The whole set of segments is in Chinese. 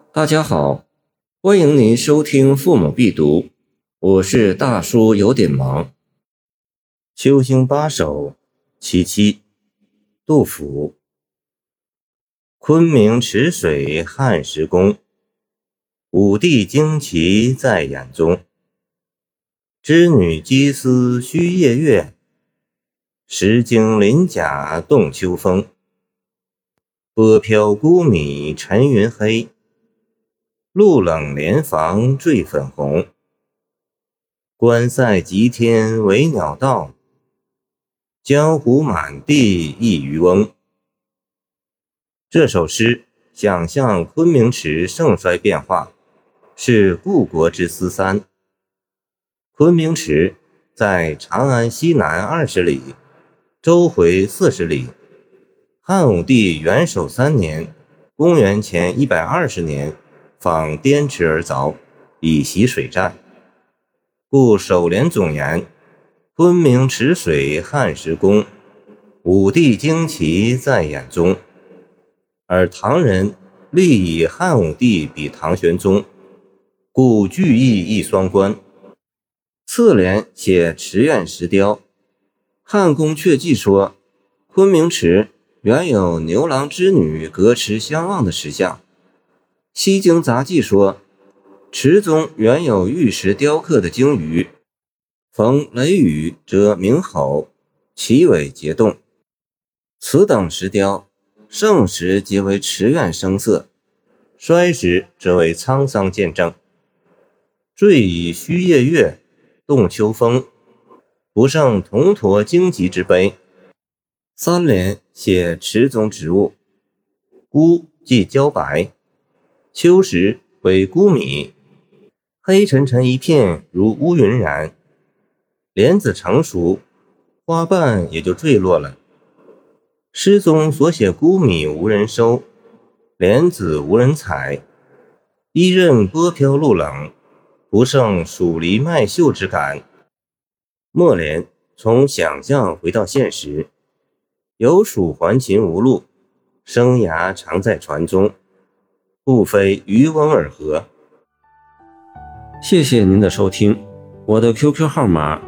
大家好，欢迎您收听父母必读，我是大叔有点忙。秋兴八首其七，杜甫。昆明池水汉时宫，武帝旌旗在眼中。织女机丝须夜月，石经鳞甲动秋风。波飘孤米沉云黑，路冷帘房坠粉红。关塞极天为鸟道，江湖满地一渔翁。这首诗想象昆明池盛衰变化，是故国之思三。昆明池在长安西南20里，周回40里。汉武帝元首3年，公元前120年，访滇池而凿，以习水战。故首联总言：昆明池水汉时宫，武帝旌旗在眼中。而唐人历以汉武帝比唐玄宗，故句意亦双关。次联写池苑石雕。汉宫阙记说，昆明池原有牛郎织女隔池相望的石像。西京杂记说，池中原有玉石雕刻的鲸鱼，逢雷雨则鸣吼，其尾结冻。此等石雕，盛时皆为池苑声色，衰时则为沧桑见证。坠以须夜月，动秋风，不胜铜驼荆棘之悲。三联写池中植物，孤即焦白，秋时为孤米，黑沉沉一片如乌云然。莲子成熟，花瓣也就坠落了。诗中所写孤米无人收，莲子无人采，一任波飘路冷，不胜蜀离麦秀之感。末联从想象回到现实，有蜀还秦无路，生涯常在船中，不非渔翁尔何。谢谢您的收听，我的 QQ 号码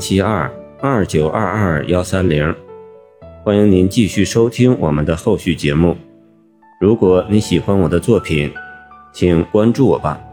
17229221130，欢迎您继续收听我们的后续节目。如果你喜欢我的作品，请关注我吧。